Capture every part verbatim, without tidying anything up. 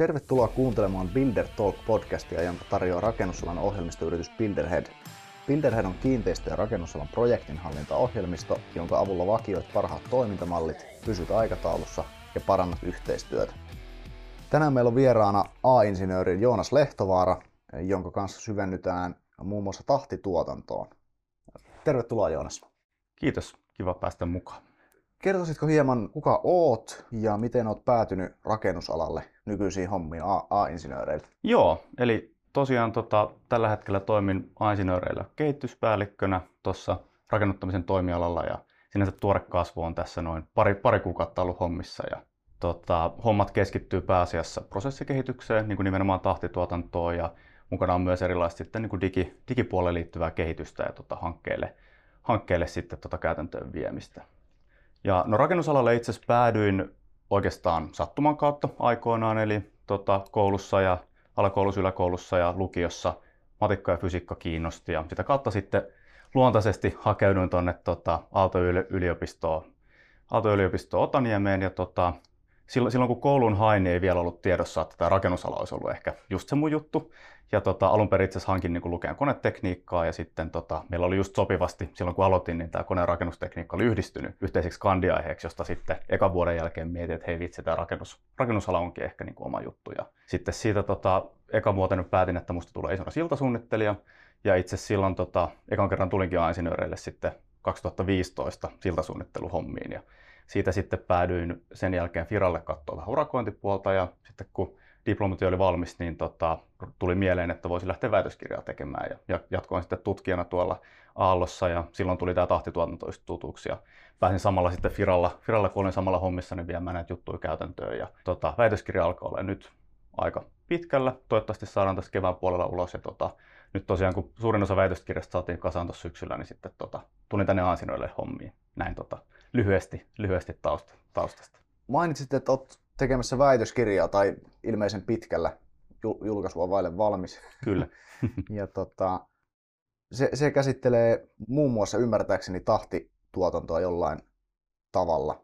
Tervetuloa kuuntelemaan Builder Talk-podcastia, jonka tarjoaa rakennusalan ohjelmistoyritys Builderhead. Builderhead on kiinteistö- ja rakennusalan projektinhallintaohjelmisto, jonka avulla vakioit parhaat toimintamallit, pysyt aikataulussa ja parannat yhteistyötä. Tänään meillä on vieraana A-insinööri Joonas Lehtovaara, jonka kanssa syvennytään muun muassa tahtituotantoon. Tervetuloa Joonas. Kiitos, kiva päästä mukaan. Kertoisitko hieman, kuka oot ja miten oot päätynyt rakennusalalle nykyisiin hommiin A-insinööreillä? Joo, eli tosiaan tota, tällä hetkellä toimin A-insinööreillä kehityspäällikkönä tuossa rakennuttamisen toimialalla ja sinänsä tuore kasvu on tässä noin pari, pari kuukautta ollut hommissa. Ja, tota, hommat keskittyy pääasiassa prosessikehitykseen, niin kuin nimenomaan tahtituotantoon ja mukana on myös erilaista sitten, niin kuin digi, digipuoleen liittyvää kehitystä ja tota, hankkeelle, hankkeelle sitten tota, käytäntöön viemistä. Ja no rakennusalalle itse asiassa päädyin oikeastaan sattuman kautta aikoinaan, eli tota, koulussa ja alakoulussa, yläkoulussa ja lukiossa matikka ja fysiikka kiinnosti ja sitä kautta sitten luontaisesti hakeuduin tuonne tota, Aalto-yliopistoon, Aalto-yliopistoon Otaniemeen ja tota, silloin, silloin kun kouluun hain, niin ei vielä ollut tiedossa, että tämä rakennusala olisi ollut ehkä just se mun juttu. Ja tota, alun perin itse asiassa hankin niin lukean konetekniikkaa ja sitten tota, meillä oli just sopivasti silloin kun aloitin, niin tämä kone- ja rakennustekniikka oli yhdistynyt yhteiseksi kandiaiheeksi, josta sitten ekan vuoden jälkeen mietin, että hei vitsi, tämä rakennus, rakennusala onkin ehkä niin kuin oma juttu. Ja sitten siitä tota, ekan vuotena päätin, että musta tulee isona siltasuunnittelija ja itse silloin tota, ekan kerran tulinkin A-insinööreille sitten kaksituhattaviisitoista siltasuunnitteluhommiin ja siitä sitten päädyin sen jälkeen Firalle katsoa vähän urakointipuolta ja sitten kun diplomatyö oli valmis, niin tota, tuli mieleen, että voisin lähteä väitöskirjaa tekemään ja jatkoin sitten tutkijana tuolla Aallossa ja silloin tuli tämä tahtituotanto tutuksi ja pääsin samalla sitten Firalla, Firalla kun olin samalla hommissa, niin viemään näitä juttuja käytäntöön ja tota, väitöskirja alkaa olla nyt aika pitkällä, toivottavasti saadaan tässä kevään puolella ulos ja tota, nyt tosiaan kun suurin osa väitöskirjasta saatiin kasaan tuossa syksyllä, niin sitten tota, tulin tänne A-insinöörille hommiin, näin tota, lyhyesti, lyhyesti tausta, taustasta. Mainitsit, että olet tekemässä väitöskirjaa tai ilmeisen pitkällä julkaisua vaille valmis. Kyllä. ja tota, se, se käsittelee muun muassa ymmärtääkseni tahtituotantoa jollain tavalla.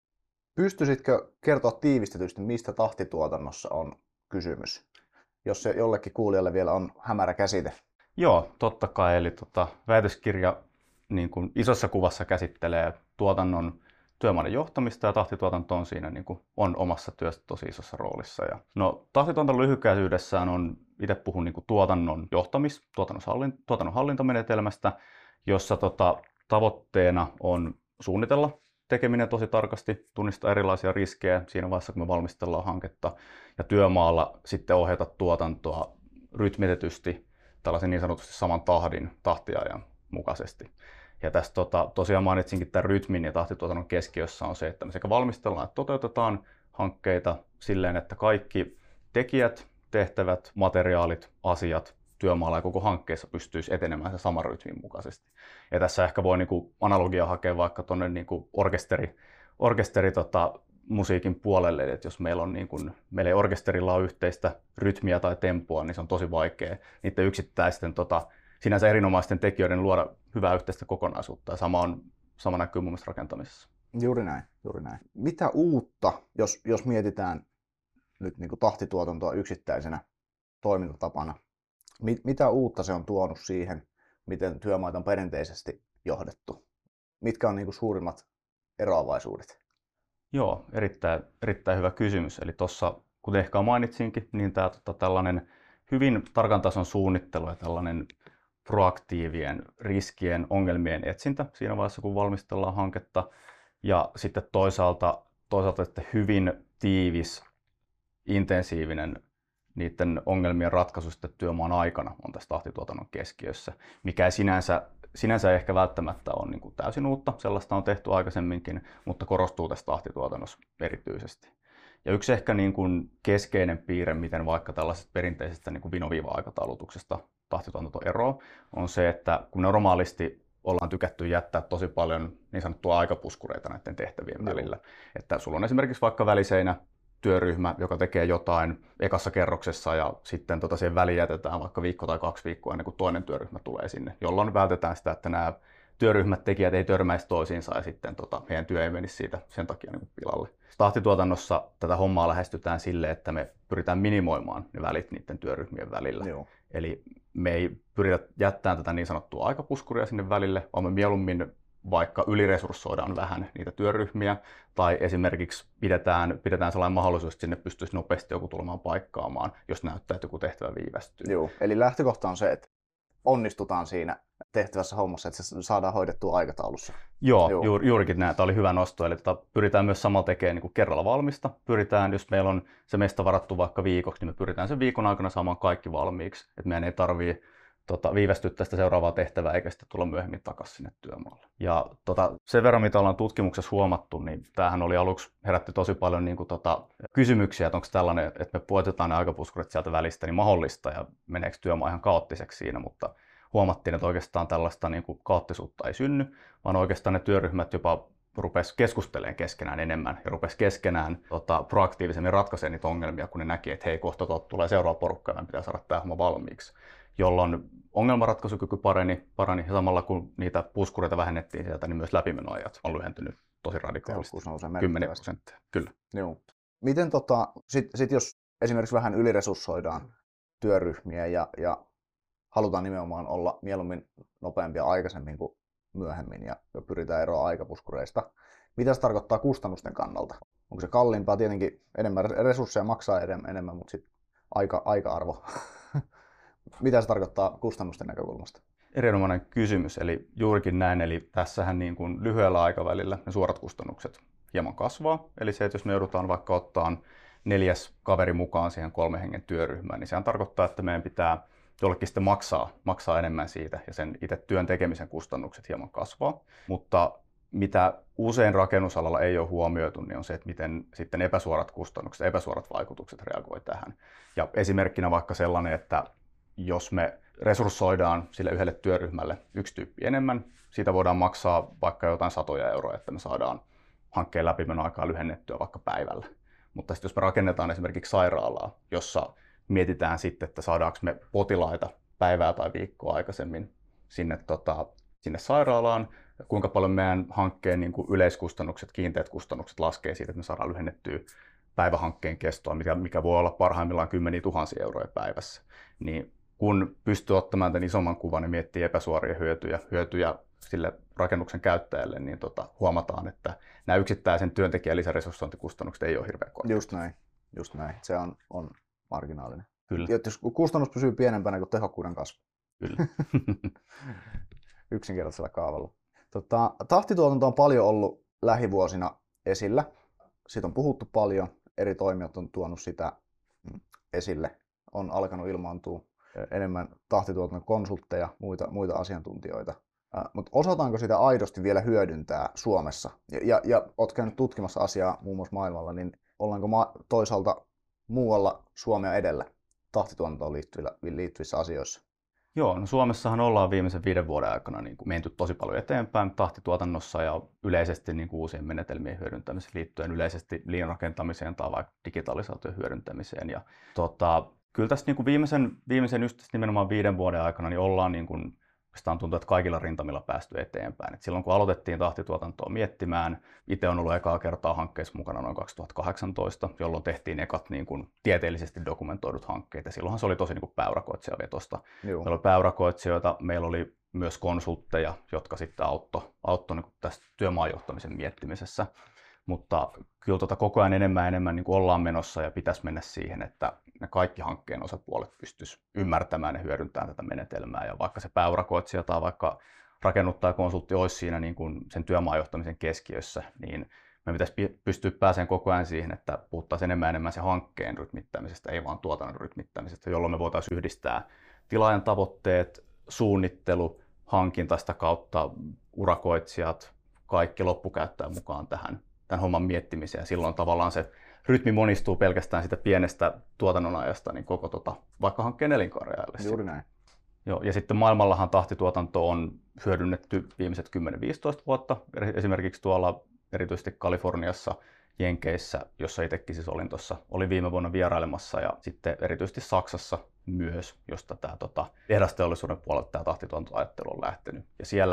Pystyisitkö kertoa tiivistetysti, mistä tahtituotannossa on kysymys, jos se jollekin kuulijalle vielä on hämärä käsite? Joo, totta kai. Eli tota, väitöskirja niin kuin isossa kuvassa käsittelee tuotannon työmaiden johtamista ja tahtituotanto on siinä niin kuin on omassa työssä tosi isossa roolissa. Ja, no, tahtituotanto lyhykäisyydessään on, itse puhun niin kuin tuotannon johtamis, tuotannon, tuotannon hallintamenetelmästä, jossa tota, tavoitteena on suunnitella tekeminen tosi tarkasti, tunnistaa erilaisia riskejä siinä vaiheessa, kun me valmistellaan hanketta ja työmaalla sitten ohjata tuotantoa rytmitetysti tällaisen niin sanotusti saman tahdin, tahtiajan mukaisesti. Ja tässä tota, tosiaan mainitsinkin tämän rytmin ja tahtituotannon keskiössä on se, että me sekä valmistellaan että toteutetaan hankkeita silleen, että kaikki tekijät, tehtävät, materiaalit, asiat työmaalla ja koko hankkeessa pystyisi etenemään sen saman rytmin mukaisesti. Ja tässä ehkä voi niinku analogia hakea vaikka tuonne niinku orkesteri, orkesteri tota, musiikin puolelle, että jos meillä, on niin kuin, meillä ei orkesterilla ole yhteistä rytmiä tai tempoa, niin se on tosi vaikea niiden yksittäisten tota, sinänsä erinomaisten tekijöiden luoda hyvää yhteistä kokonaisuutta ja sama, on, sama näkyy mun mielestä rakentamisessa. Juuri näin, juuri näin. Mitä uutta, jos, jos mietitään nyt niin kuin tahtituotantoa yksittäisenä toimintatapana, mit, mitä uutta se on tuonut siihen, miten työmaita on perinteisesti johdettu? Mitkä on niin kuin suurimmat eroavaisuudet? Joo, erittäin, erittäin hyvä kysymys. Eli tuossa, kuten ehkä mainitsinkin, niin tämä tota, tällainen hyvin tarkan tason suunnittelu ja tällainen proaktiivien riskien, ongelmien etsintä siinä vaiheessa, kun valmistellaan hanketta. Ja sitten toisaalta, toisaalta sitten hyvin tiivis, intensiivinen niiden ongelmien ratkaisu sitten työmaan aikana on tässä tahtituotannon keskiössä, mikä ei sinänsä, sinänsä ehkä välttämättä ole niin kuin täysin uutta. Sellaista on tehty aikaisemminkin, mutta korostuu tässä tahtituotannossa erityisesti. Ja yksi ehkä niin kuin keskeinen piirre, miten vaikka tällaisesta perinteisestä niin kuin vinoviiva-aikataulutuksesta tahtituotanto eroaa, on se, että kun normaalisti ollaan tykätty jättää tosi paljon niin sanottua aikapuskureita näiden tehtävien välillä. Että sulla on esimerkiksi vaikka väliseinä työryhmä, joka tekee jotain ekassa kerroksessa ja sitten tota siihen väliin jätetään vaikka viikko tai kaksi viikkoa ennen kuin toinen työryhmä tulee sinne, jolloin vältetään sitä, että nämä työryhmät, tekijät ei törmäisi toisiinsa ja sitten tota, meidän työ ei menisi siitä sen takia niin kuin pilalle. Tahtituotannossa tätä hommaa lähestytään sille, että me pyritään minimoimaan ne välit niiden työryhmien välillä. Joo. Eli me ei pyritä jättämään tätä niin sanottua aikapuskuria sinne välille, vaan me mieluummin vaikka yliresurssoidaan vähän niitä työryhmiä, tai esimerkiksi pidetään, pidetään sellainen mahdollisuus, että sinne pystyisi nopeasti joku tulemaan paikkaamaan, jos näyttää, että joku tehtävä viivästyy. Joo, eli lähtökohta on se, että onnistutaan siinä tehtävässä hommassa, että se saadaan hoidettua aikataulussa. Joo, Joo. Juur, juurikin näin. Tämä oli hyvä nosto. Eli tota, pyritään myös samalla tekemään niin kuin kerralla valmista. Pyritään, jos meillä on se mesta varattu vaikka viikoksi, niin me pyritään sen viikon aikana saamaan kaikki valmiiksi. Että meidän ei tarvitse tota, viivästyttää sitä seuraavaa tehtävää eikä sitten tulla myöhemmin takaisin sinne työmaalle. Ja tota, sen verran, mitä ollaan tutkimuksessa huomattu, niin tämähän oli aluksi herätti tosi paljon niin kuin, tota, kysymyksiä, että onko tällainen, että me puotetaan ne aikapuskurit sieltä välistä niin mahdollista ja meneekö työmaa ihan kaoottiseksi siinä, mutta huomattiin, että oikeastaan tällaista niin kuin kaoottisuutta ei synny, vaan oikeastaan ne työryhmät jopa rupesi keskustelemaan keskenään enemmän ja rupesi keskenään tota, proaktiivisemmin ratkaisemaan niitä ongelmia, kun ne näki, että hei, kohta tulee seuraava porukka ja meidän pitää saada tämä homma valmiiksi. Jolloin ongelmanratkaisukyky parani, parani ja samalla kun niitä puskureita vähennettiin sieltä, niin myös läpimenoajat on lyhentynyt tosi radikaalisti. kymmenen prosenttia. Kyllä. Joo. Miten tota, sitten sit jos esimerkiksi vähän yliresurssoidaan työryhmiä ja, ja halutaan nimenomaan olla mieluummin nopeampia aikaisemmin kuin myöhemmin ja pyritään eroa aikapuskureista. Mitä se tarkoittaa kustannusten kannalta? Onko se kalliimpaa? Tietenkin enemmän resursseja maksaa enemmän, mutta sitten aika, aika-arvo. Mitä se tarkoittaa kustannusten näkökulmasta? Erinomainen kysymys. Eli juurikin näin. Eli tässähän niin kuin lyhyellä aikavälillä ne suorat kustannukset hieman kasvaa. Eli se, että jos me joudutaan vaikka ottaa neljäs kaveri mukaan siihen kolmen hengen työryhmään, niin sehän tarkoittaa, että meidän pitää jollekin sitten maksaa, maksaa enemmän siitä ja sen itse työn tekemisen kustannukset hieman kasvaa. Mutta mitä usein rakennusalalla ei ole huomioitu, niin on se, että miten sitten epäsuorat kustannukset, epäsuorat vaikutukset reagoi tähän. Ja esimerkkinä vaikka sellainen, että jos me resurssoidaan sille yhdelle työryhmälle yksi tyyppi enemmän, siitä voidaan maksaa vaikka jotain satoja euroja, että me saadaan hankkeen läpimenoaikaa lyhennettyä vaikka päivällä. Mutta sitten jos me rakennetaan esimerkiksi sairaalaa, jossa mietitään sitten, että saadaanko me potilaita päivää tai viikkoa aikaisemmin sinne, tota, sinne sairaalaan, kuinka paljon meidän hankkeen niin kuin yleiskustannukset, kiinteät kustannukset laskee siitä, että me saadaan lyhennettyä päivähankkeen kestoa, mikä, mikä voi olla parhaimmillaan kymmeniä tuhansia euroja päivässä. Niin kun pystyy ottamaan tämän isomman kuvan ja miettii epäsuoria hyötyjä, hyötyjä sille rakennuksen käyttäjälle, niin tota, huomataan, että nämä yksittäisen työntekijän lisäresurssointikustannukset ei ole hirveän korkeat. Just näin, just näin. Se on, on marginaalinen. Kyllä. Ja jos kustannus pysyy pienempänä kuin tehokkuuden kasvu. Kyllä. Yksinkertaisella kaavalla. Tota, tahtituotanto on paljon ollut lähivuosina esillä. Siitä on puhuttu paljon. Eri toimijat on tuonut sitä esille. On alkanut ilmaantua enemmän tahtituotannon konsultteja, muita, muita asiantuntijoita. Mutta osataanko sitä aidosti vielä hyödyntää Suomessa? Ja, ja, ja olet käynyt tutkimassa asiaa muun muassa maailmalla, niin ollaanko ma- toisaalta muualla Suomea edellä tahtituotantoon liittyvissä asioissa? Joo, no Suomessahan ollaan viimeisen viiden vuoden aikana niin kuin menty tosi paljon eteenpäin tahtituotannossa ja yleisesti niin kuin uusien menetelmien hyödyntämiseen liittyen yleisesti lean rakentamiseen tai vaikka digitalisaation hyödyntämiseen. Ja, tota, kyllä tässä niin kuin viimeisen, viimeisen just nimenomaan viiden vuoden aikana niin ollaan niin kuin, on tuntuu, että kaikilla rintamilla päästy eteenpäin. Et silloin kun aloitettiin tahtituotantoa miettimään, itse on ollut ekaa kertaa hankkeessa mukana noin kaksituhattakahdeksantoista, jolloin tehtiin ekat niin kuin tieteellisesti dokumentoidut hankkeet. Ja silloinhan se oli tosi niin kuin pääurakoitsijavetosta. Meillä oli pääurakoitsijoita, meillä oli myös konsultteja, jotka sitten auttoi auttoi niin tästä työmaajohtamisen miettimisessä. Mutta kyllä tuota koko ajan enemmän ja enemmän niin kuin ollaan menossa ja pitäisi mennä siihen, että ne kaikki hankkeen osapuolet pystyisivät ymmärtämään ja hyödyntämään tätä menetelmää. Ja vaikka se pääurakoitsija tai vaikka rakennuttaja konsultti olisi siinä niin kuin sen työmaajohtamisen keskiössä, niin me pitäisi pystyä pääsemään koko ajan siihen, että puhuttaisiin enemmän ja enemmän se hankkeen rytmittämisestä, ei vaan tuotannon rytmittämisestä, jolloin me voitaisiin yhdistää tilaajan tavoitteet, suunnittelu, hankinta sitä kautta, urakoitsijat, kaikki loppukäyttäjän mukaan tähän tämän homman miettimiseen. Ja silloin tavallaan se rytmi monistuu pelkästään sitä pienestä tuotannon ajasta niin koko tota, vaikka hankkeen elinkaaren ajalle. Juuri näin. Joo, ja sitten maailmallahan tahtituotanto on hyödynnetty viimeiset kymmenen viisitoista vuotta. Esimerkiksi tuolla erityisesti Kaliforniassa, Jenkeissä, jossa itsekin siis olin tuossa, olin viime vuonna vierailemassa ja sitten erityisesti Saksassa myös, josta tämä tota, tehdasteollisuuden puolelta tämä tahtituotantoajattelu on lähtenyt. Ja siellä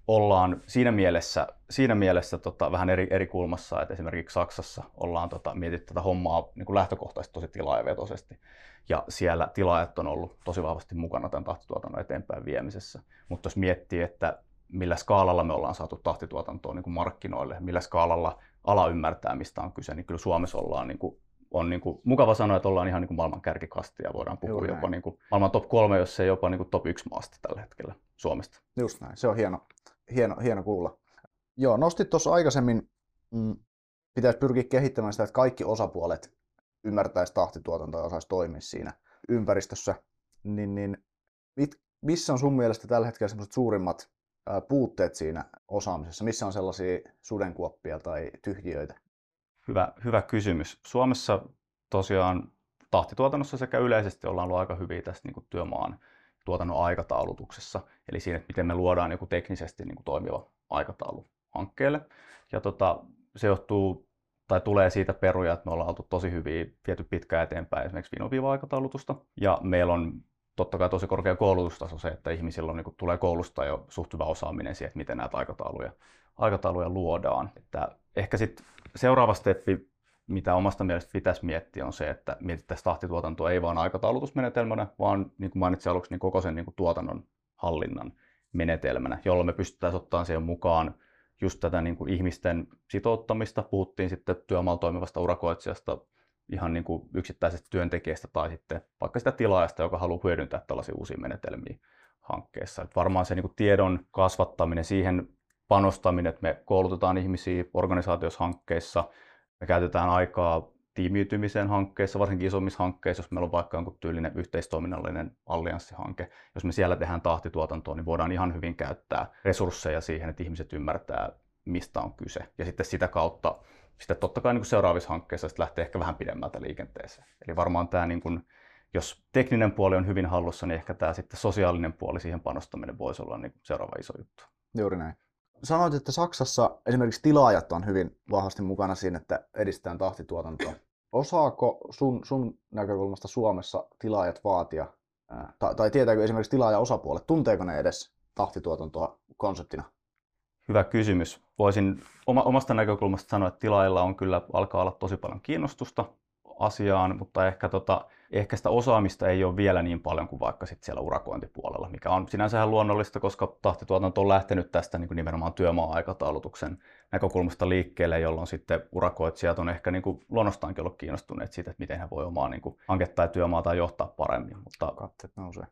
ollaan siinä mielessä, siinä mielessä tota, vähän eri, eri kulmassa, että esimerkiksi Saksassa ollaan tota, mietitty tätä hommaa niin kuin lähtökohtaisesti tosi tilaajavetoisesti. Ja siellä tilaajat on ollut tosi vahvasti mukana tämän tahtituotannon eteenpäin viemisessä. Mutta jos miettii, että millä skaalalla me ollaan saatu tahtituotantoa niin kuin markkinoille, millä skaalalla ala ymmärtää, mistä on kyse, niin kyllä Suomessa ollaan, niin kuin, on niin kuin, mukava sanoa, että ollaan ihan niin kuin maailman kärkikastia. Voidaan puhua Juuri jopa niin kuin, maailman top kolme, jos ei jopa niin kuin top yksi maasta tällä hetkellä Suomesta. Just näin, se on hieno, hieno, hieno kuulla. Joo, nostit tuossa aikaisemmin, mm, pitäisi pyrkiä kehittämään sitä, että kaikki osapuolet ymmärtäisi tahtituotantoa ja osaisi toimia siinä ympäristössä. Niin, niin, mit, missä on sun mielestä tällä hetkellä sellaiset suurimmat ää, puutteet siinä osaamisessa? Missä on sellaisia sudenkuoppia tai tyhjiöitä? Hyvä, hyvä kysymys. Suomessa tosiaan tahtituotannossa sekä yleisesti ollaan ollut aika hyviä tässä niin kuin työmaan tuotannon aikataulutuksessa. Eli siinä, että miten me luodaan niin kuin teknisesti niin kuin toimiva aikataulu hankkeelle. Ja tota, se johtuu tai tulee siitä peruja, että me ollaan oltu tosi hyviä, viety pitkään eteenpäin esimerkiksi vinoviiva-aikataulutusta. Ja meillä on totta kai tosi korkea koulutustaso se, että ihmisillä on, niin kuin, tulee koulusta jo suht hyvä osaaminen siihen, että miten näitä aikatauluja, aikatauluja luodaan. Että ehkä sitten seuraava steppi, mitä omasta mielestä pitäisi miettiä, on se, että mietittäisiin tahtituotantoa ei vain aikataulutusmenetelmänä, vaan niin kuin mainitsin aluksi, niin koko sen niin kuin tuotannon hallinnan menetelmänä, jolloin me pystyttäisiin ottamaan siihen mukaan just tätä niin kuin ihmisten sitouttamista. Puhuttiin sitten työmaalla toimivasta urakoitsijasta, ihan niin kuin yksittäisestä työntekijästä tai sitten vaikka sitä tilaajasta, joka haluaa hyödyntää tällaisia uusia menetelmiä hankkeessa. Että varmaan se niin kuin tiedon kasvattaminen, siihen panostaminen, että me koulutetaan ihmisiä organisaatioissa hankkeissa, me käytetään aikaa tiimiytymiseen hankkeissa, varsinkin isommissa hankkeissa, jos meillä on vaikka jonkun tyylinen yhteistoiminnallinen allianssihanke. Jos me siellä tehdään tahtituotantoa, niin voidaan ihan hyvin käyttää resursseja siihen, että ihmiset ymmärtää, mistä on kyse. Ja sitten sitä kautta, sitten totta kai niin kuin seuraavissa hankkeissa sitten lähtee ehkä vähän pidemmältä liikenteeseen. Eli varmaan tämä, niin kuin, jos tekninen puoli on hyvin hallussa, niin ehkä tämä sitten sosiaalinen puoli, siihen panostaminen voisi olla niin seuraava iso juttu. Juuri näin. Sanoit, että Saksassa esimerkiksi tilaajat on hyvin vahvasti mukana siinä, että edistetään tahtituotantoa. Osaako sun, sun näkökulmasta Suomessa tilaajat vaatia, ää, tai, tai tietääkö esimerkiksi tilaajaosapuolet, tunteeko ne edes tahtituotantoa konseptina? Hyvä kysymys. Voisin omasta näkökulmasta sanoa, että tilaajilla on kyllä alkaa olla tosi paljon kiinnostusta asiaan, mutta ehkä, tota, ehkä sitä osaamista ei ole vielä niin paljon kuin vaikka sit siellä urakointipuolella, mikä on sinänsä ihan luonnollista, koska tahtituotanto on lähtenyt tästä niin kuin nimenomaan työmaa-aikataulutuksen näkökulmasta liikkeelle, jolloin sitten urakoitsijat on ehkä niin kuin luonnostaankin ollut kiinnostuneet siitä, että miten he voi omaa niin kuin hanketta ja työmaata johtaa paremmin. Mutta katseet nousee.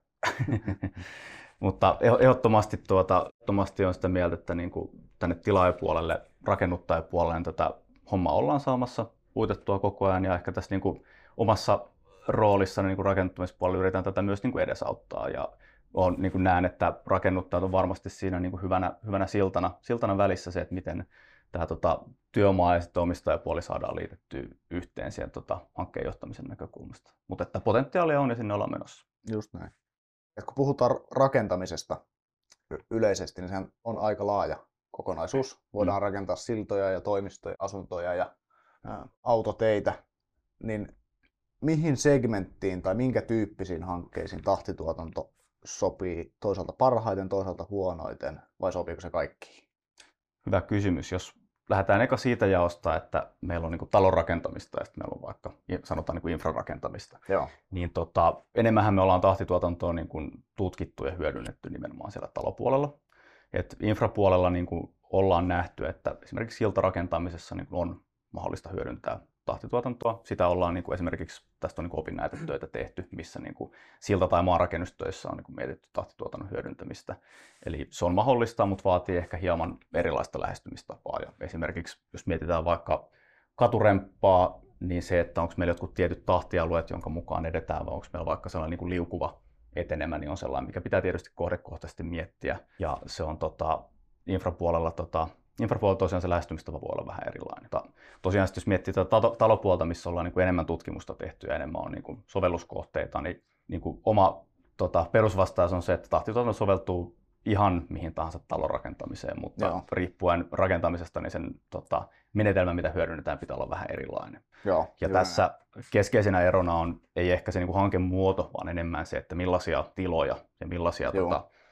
Mutta ehdottomasti, tuota, ehdottomasti on sitä mieltä, että niin kuin tänne tilaajapuolelle, rakennuttajapuolelle niin tätä hommaa ollaan saamassa uitettua koko ajan ja ehkä tässä niin kuin omassa roolissani niin kuin rakennuttamispuolella yritän tätä myös niin kuin edesauttaa ja on, niin kuin näen, että rakennuttajat on varmasti siinä niin kuin hyvänä, hyvänä siltana, siltana välissä se, että miten tämä tota, työmaa ja sitten omistajapuoli saadaan liitettyä yhteen siihen tota, hankkeen johtamisen näkökulmasta. Mutta että potentiaalia on ja sinne ollaan menossa. Just näin. Et kun puhutaan rakentamisesta yleisesti, niin sehän on aika laaja kokonaisuus. Voidaan mm. rakentaa siltoja ja toimistoja, asuntoja ja ä, autoteitä. Niin mihin segmenttiin tai minkä tyyppisiin hankkeisiin tahtituotanto sopii toisaalta parhaiten, toisaalta huonoiten, vai sopiiko se kaikkiin? Hyvä kysymys. Jos lähdetään eka siitä jaosta, että meillä on niin kuin talon rakentamista ja sitten meillä on vaikka sanotaan niin kuin infrarakentamista, Joo. niin tota, enemmänhän me ollaan tahtituotantoa niin kuin tutkittu ja hyödynnetty nimenomaan siellä talopuolella. Et infrapuolella niin kuin ollaan nähty, että esimerkiksi siltarakentamisessa niin kuin on mahdollista hyödyntää tahtituotantoa. Sitä ollaan niin kuin esimerkiksi, tästä on niin kuin opinnäytetöitä tehty, missä niin kuin silta- tai maanrakennustöissä on niin kuin mietitty tahtituotannon hyödyntämistä. Eli se on mahdollista, mutta vaatii ehkä hieman erilaista lähestymistapaa. Ja esimerkiksi jos mietitään vaikka katuremppaa, niin se, että onko meillä jotkut tietyt tahtialueet, jonka mukaan edetään, vai onko meillä vaikka sellainen niin kuin liukuva etenemä, niin on sellainen, mikä pitää tietysti kohdekohtaisesti miettiä. Ja se on tota, infrapuolella tota, Infrapuolella tosiaan se lähestymistapa voi olla vähän erilainen. Tosiaan jos miettii tätä talopuolta, missä ollaan niin kuin enemmän tutkimusta tehty ja enemmän on niin kuin sovelluskohteita, niin, niin kuin oma tota, perusvastaus on se, että tahtituotanto soveltuu ihan mihin tahansa talon rakentamiseen, mutta Joo. riippuen rakentamisesta, niin sen tota, menetelmä, mitä hyödynnetään, pitää olla vähän erilainen. Joo, ja tässä näin. Keskeisenä erona on ei ehkä se niin kuin hankemuoto, vaan enemmän se, että millaisia tiloja ja millaisia tota,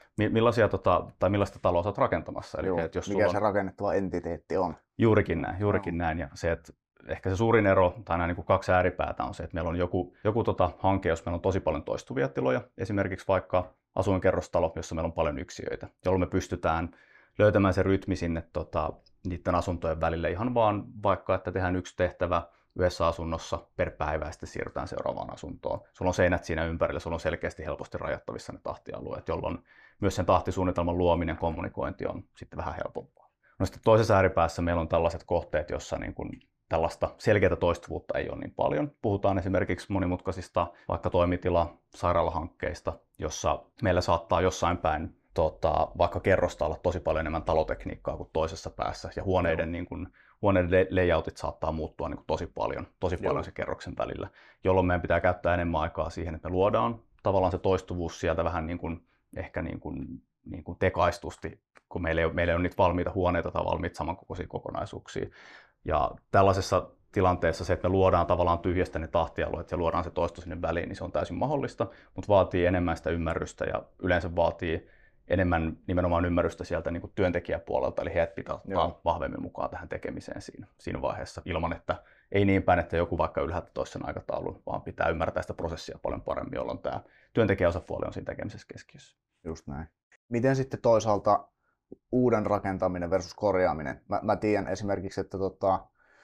millaisia, tota, tai millaista taloa sä oot rakentamassa. Eli Joo, että jos mikä on... se rakennettava entiteetti on. Juurikin näin, juurikin no. näin. Ja se, että ehkä se suurin ero, tai nämä niin kuin kaksi ääripäätä on se, että meillä on joku, joku tota hanke, jos meillä on tosi paljon toistuvia tiloja, esimerkiksi vaikka asuinkerrostalo, jossa meillä on paljon yksiöitä, jolloin me pystytään löytämään se rytmi sinne tota, niiden asuntojen välille ihan vaan vaikka, että tehdään yksi tehtävä yhdessä asunnossa per päivä ja sitten siirrytään seuraavaan asuntoon. Sulla on seinät siinä ympärillä, sulla on selkeästi helposti rajattavissa ne tahtialueet, jolloin myös sen tahtisuunnitelman luominen, kommunikointi on sitten vähän helpompaa. No sitten toisessa ääripäässä meillä on tällaiset kohteet, jossa niin kuin tällaista selkeää toistuvuutta ei ole niin paljon. Puhutaan esimerkiksi monimutkaisista vaikka toimitila- sairaalahankkeista, jossa meillä saattaa jossain päin tota, vaikka kerrosta olla tosi paljon enemmän talotekniikkaa kuin toisessa päässä, ja huoneiden, niin kuin, huoneiden layoutit saattaa muuttua niin kuin tosi paljon, tosi paljon Joo. se kerroksen välillä, jolloin meidän pitää käyttää enemmän aikaa siihen, että me luodaan tavallaan se toistuvuus sieltä vähän niin kuin, ehkä niin kuin, niin kuin tekaistusti, kun meillä ei, ole, meillä ei ole niitä valmiita huoneita tai valmiita samankokoisia kokonaisuuksia. Ja tällaisessa tilanteessa se, että me luodaan tavallaan tyhjästä ne tahtialueet ja luodaan se toisto sinne väliin, niin se on täysin mahdollista, mutta vaatii enemmän sitä ymmärrystä ja yleensä vaatii enemmän nimenomaan ymmärrystä sieltä niin kuin työntekijäpuolelta, eli heidät pitää ottaa vahvemmin mukaan tähän tekemiseen siinä, siinä vaiheessa, ilman että ei niin päin, että joku vaikka ylhäältä toisi sen aikataulun, vaan pitää ymmärtää sitä prosessia paljon paremmin, jolloin tämä työntekijäosapuoli on siinä tekemisessä keskiössä. Just näin. Miten sitten toisaalta uuden rakentaminen versus korjaaminen? Mä, mä tiedän esimerkiksi, että tota,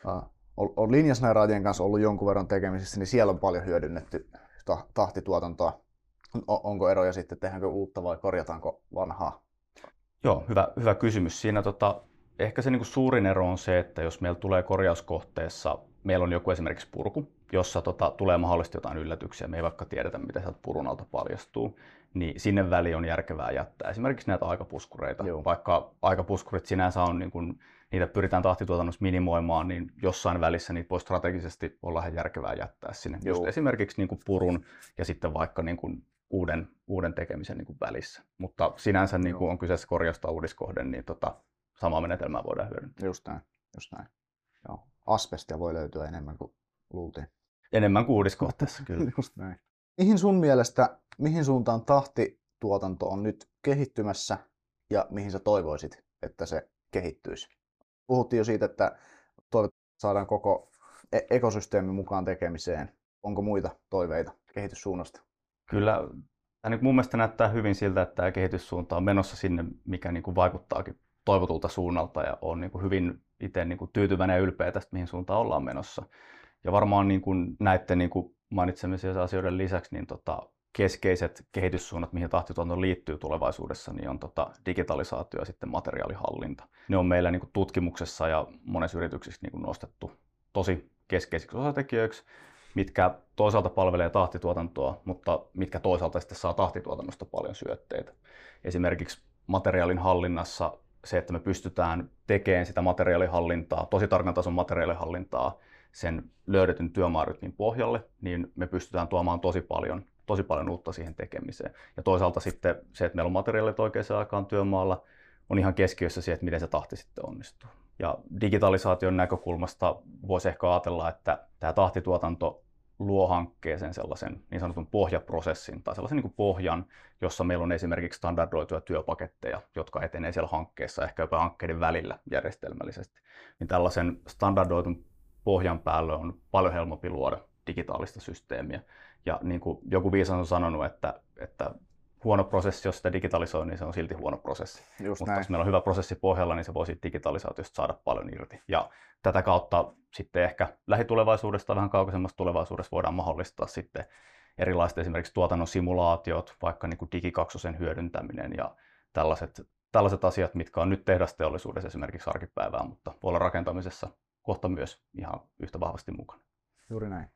on, on linjasnäiraajien kanssa ollut jonkun verran tekemisissä, niin siellä on paljon hyödynnetty tahtituotantoa. Onko eroja sitten, tehdäänkö uutta vai korjataanko vanhaa? Joo, hyvä, hyvä kysymys. Siinä tota, ehkä se niinku suurin ero on se, että jos meillä tulee korjauskohteessa, meillä on joku esimerkiksi purku, jossa tota, tulee mahdollisesti jotain yllätyksiä, me ei vaikka tiedetä, mitä sieltä purun alta paljastuu, niin sinne väliin on järkevää jättää esimerkiksi näitä aikapuskureita. Joo. Vaikka aikapuskurit sinänsä on, niin kun niitä pyritään tahtituotannossa minimoimaan, niin jossain välissä niitä voi strategisesti olla ihan järkevää jättää sinne. Joo. Just esimerkiksi niin kun purun ja sitten vaikka niin kun Uuden, uuden tekemisen niin kuin välissä. Mutta sinänsä niin kuin on kyseessä korjaus- tai uudiskohde, niin tota, samaa menetelmää voidaan hyödyntää. Just näin. Just näin. Joo. Asbestia voi löytyä enemmän kuin luultiin. Enemmän kuin uudiskohteessa, kyllä. Just näin. Mihin sun mielestä, mihin suuntaan tahtituotanto on nyt kehittymässä ja mihin sä toivoisit, että se kehittyisi? Puhuttiin jo siitä, että toivottavasti saadaan koko e- ekosysteemi mukaan tekemiseen. Onko muita toiveita kehityssuunnasta? Kyllä tämä mun mielestä näyttää hyvin siltä, että tämä kehityssuunta on menossa sinne, mikä niin kuin vaikuttaakin toivotulta suunnalta, ja on niin kuin hyvin itse niin kuin tyytyväinen ja ylpeä tästä, mihin suuntaan ollaan menossa. Ja varmaan niin kuin näiden niin kuin mainitsemisen asioiden lisäksi niin tota, keskeiset kehityssuunnat, mihin tahtituotanto liittyy tulevaisuudessa, niin on tota, digitalisaatio ja sitten materiaalihallinta. Ne on meillä niin kuin tutkimuksessa ja monessa yrityksessä niin kuin nostettu tosi keskeisiksi osatekijöiksi, mitkä toisaalta palvelee tahtituotantoa, mutta mitkä toisaalta sitten saa tahtituotannosta paljon syötteitä. Esimerkiksi materiaalin hallinnassa se, että me pystytään tekemään sitä materiaalihallintaa, tosi tarkan tason materiaalihallintaa sen löydetyn työmaarytmin pohjalle, niin me pystytään tuomaan tosi paljon, tosi paljon uutta siihen tekemiseen. Ja toisaalta sitten se, että meillä on materiaalit oikeaan aikaan työmaalla, on ihan keskiössä siihen, että miten se tahti sitten onnistuu. Ja digitalisaation näkökulmasta voisi ehkä ajatella, että tämä tahtituotanto luo hankkeeseen sellaisen niin sanotun pohjaprosessin tai sellaisen niin kuin pohjan, jossa meillä on esimerkiksi standardoituja työpaketteja, jotka etenee siellä hankkeessa, ehkä jopa hankkeiden välillä järjestelmällisesti. Niin tällaisen standardoitun pohjan päälle on paljon helpompi luoda digitaalista systeemiä. Ja niin kuin joku viisas on sanonut, että, että huono prosessi, jos sitä digitalisoi, niin se on silti huono prosessi. Just Mutta näin. jos meillä on hyvä prosessi pohjalla, niin se voi siitä digitalisaatiosta saada paljon irti. Ja tätä kautta sitten ehkä lähitulevaisuudesta tai vähän kaukaisemmasta tulevaisuudesta voidaan mahdollistaa sitten erilaiset esimerkiksi tuotannon simulaatiot, vaikka niin kuin digikaksosen hyödyntäminen ja tällaiset, tällaiset asiat, mitkä on nyt tehdasteollisuudessa esimerkiksi arkipäivää, mutta voi olla rakentamisessa kohta myös ihan yhtä vahvasti mukana. Juuri näin.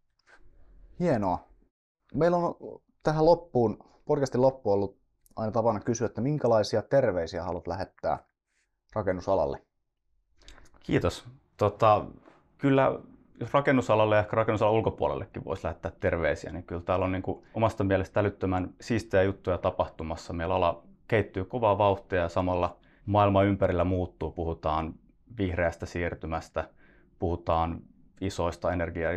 Hienoa. Meillä on tähän loppuun, podcastin loppuun ollut aina tapana kysyä, että minkälaisia terveisiä haluat lähettää rakennusalalle? Kiitos. Tota, kyllä jos rakennusalalle ja ehkä rakennusalan ulkopuolellekin voisi lähettää terveisiä, niin kyllä täällä on niin kuin omasta mielestä älyttömän siistejä juttuja tapahtumassa. Meillä ala kehittyy kovaa vauhtia ja samalla maailma ympärillä muuttuu. Puhutaan vihreästä siirtymästä, puhutaan isoista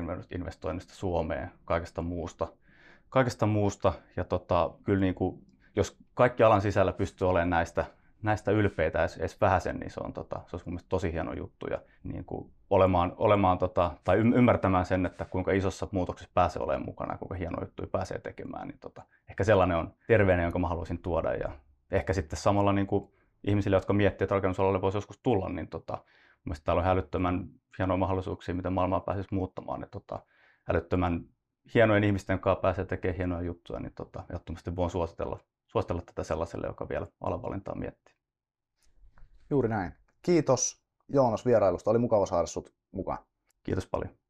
energiainvestoinnista Suomeen, kaikesta muusta. Kaikesta muusta. Ja tota, kyllä niin kuin jos kaikki alan sisällä pystyy olemaan näistä, näistä ylpeitä edes, edes vähäsen, niin se on, tota, se olisi mun mielestä tosi hieno juttu. Ja niin kuin olemaan, olemaan tota, tai ymmärtämään sen, että kuinka isossa muutoksessa pääsee olemaan mukana ja kuinka hienoja juttuja pääsee tekemään. Niin tota, ehkä sellainen on terveinen, jonka mä haluaisin tuoda. Ja ehkä sitten samalla niin kuin ihmisille, jotka miettii, että rakennusalalle voisi joskus tulla, niin tota, mielestäni täällä on älyttömän hienoja mahdollisuuksia, miten maailmaa pääsisi muuttamaan. Ja tota, älyttömän hienojen ihmisten kanssa pääsee tekemään hienoja juttuja, niin tota, ehdottomasti voin suositella, suositella tätä sellaiselle, joka vielä alanvalintaa miettii. Juuri näin. Kiitos Joonas vierailusta. Oli mukava saada sut mukaan. Kiitos paljon.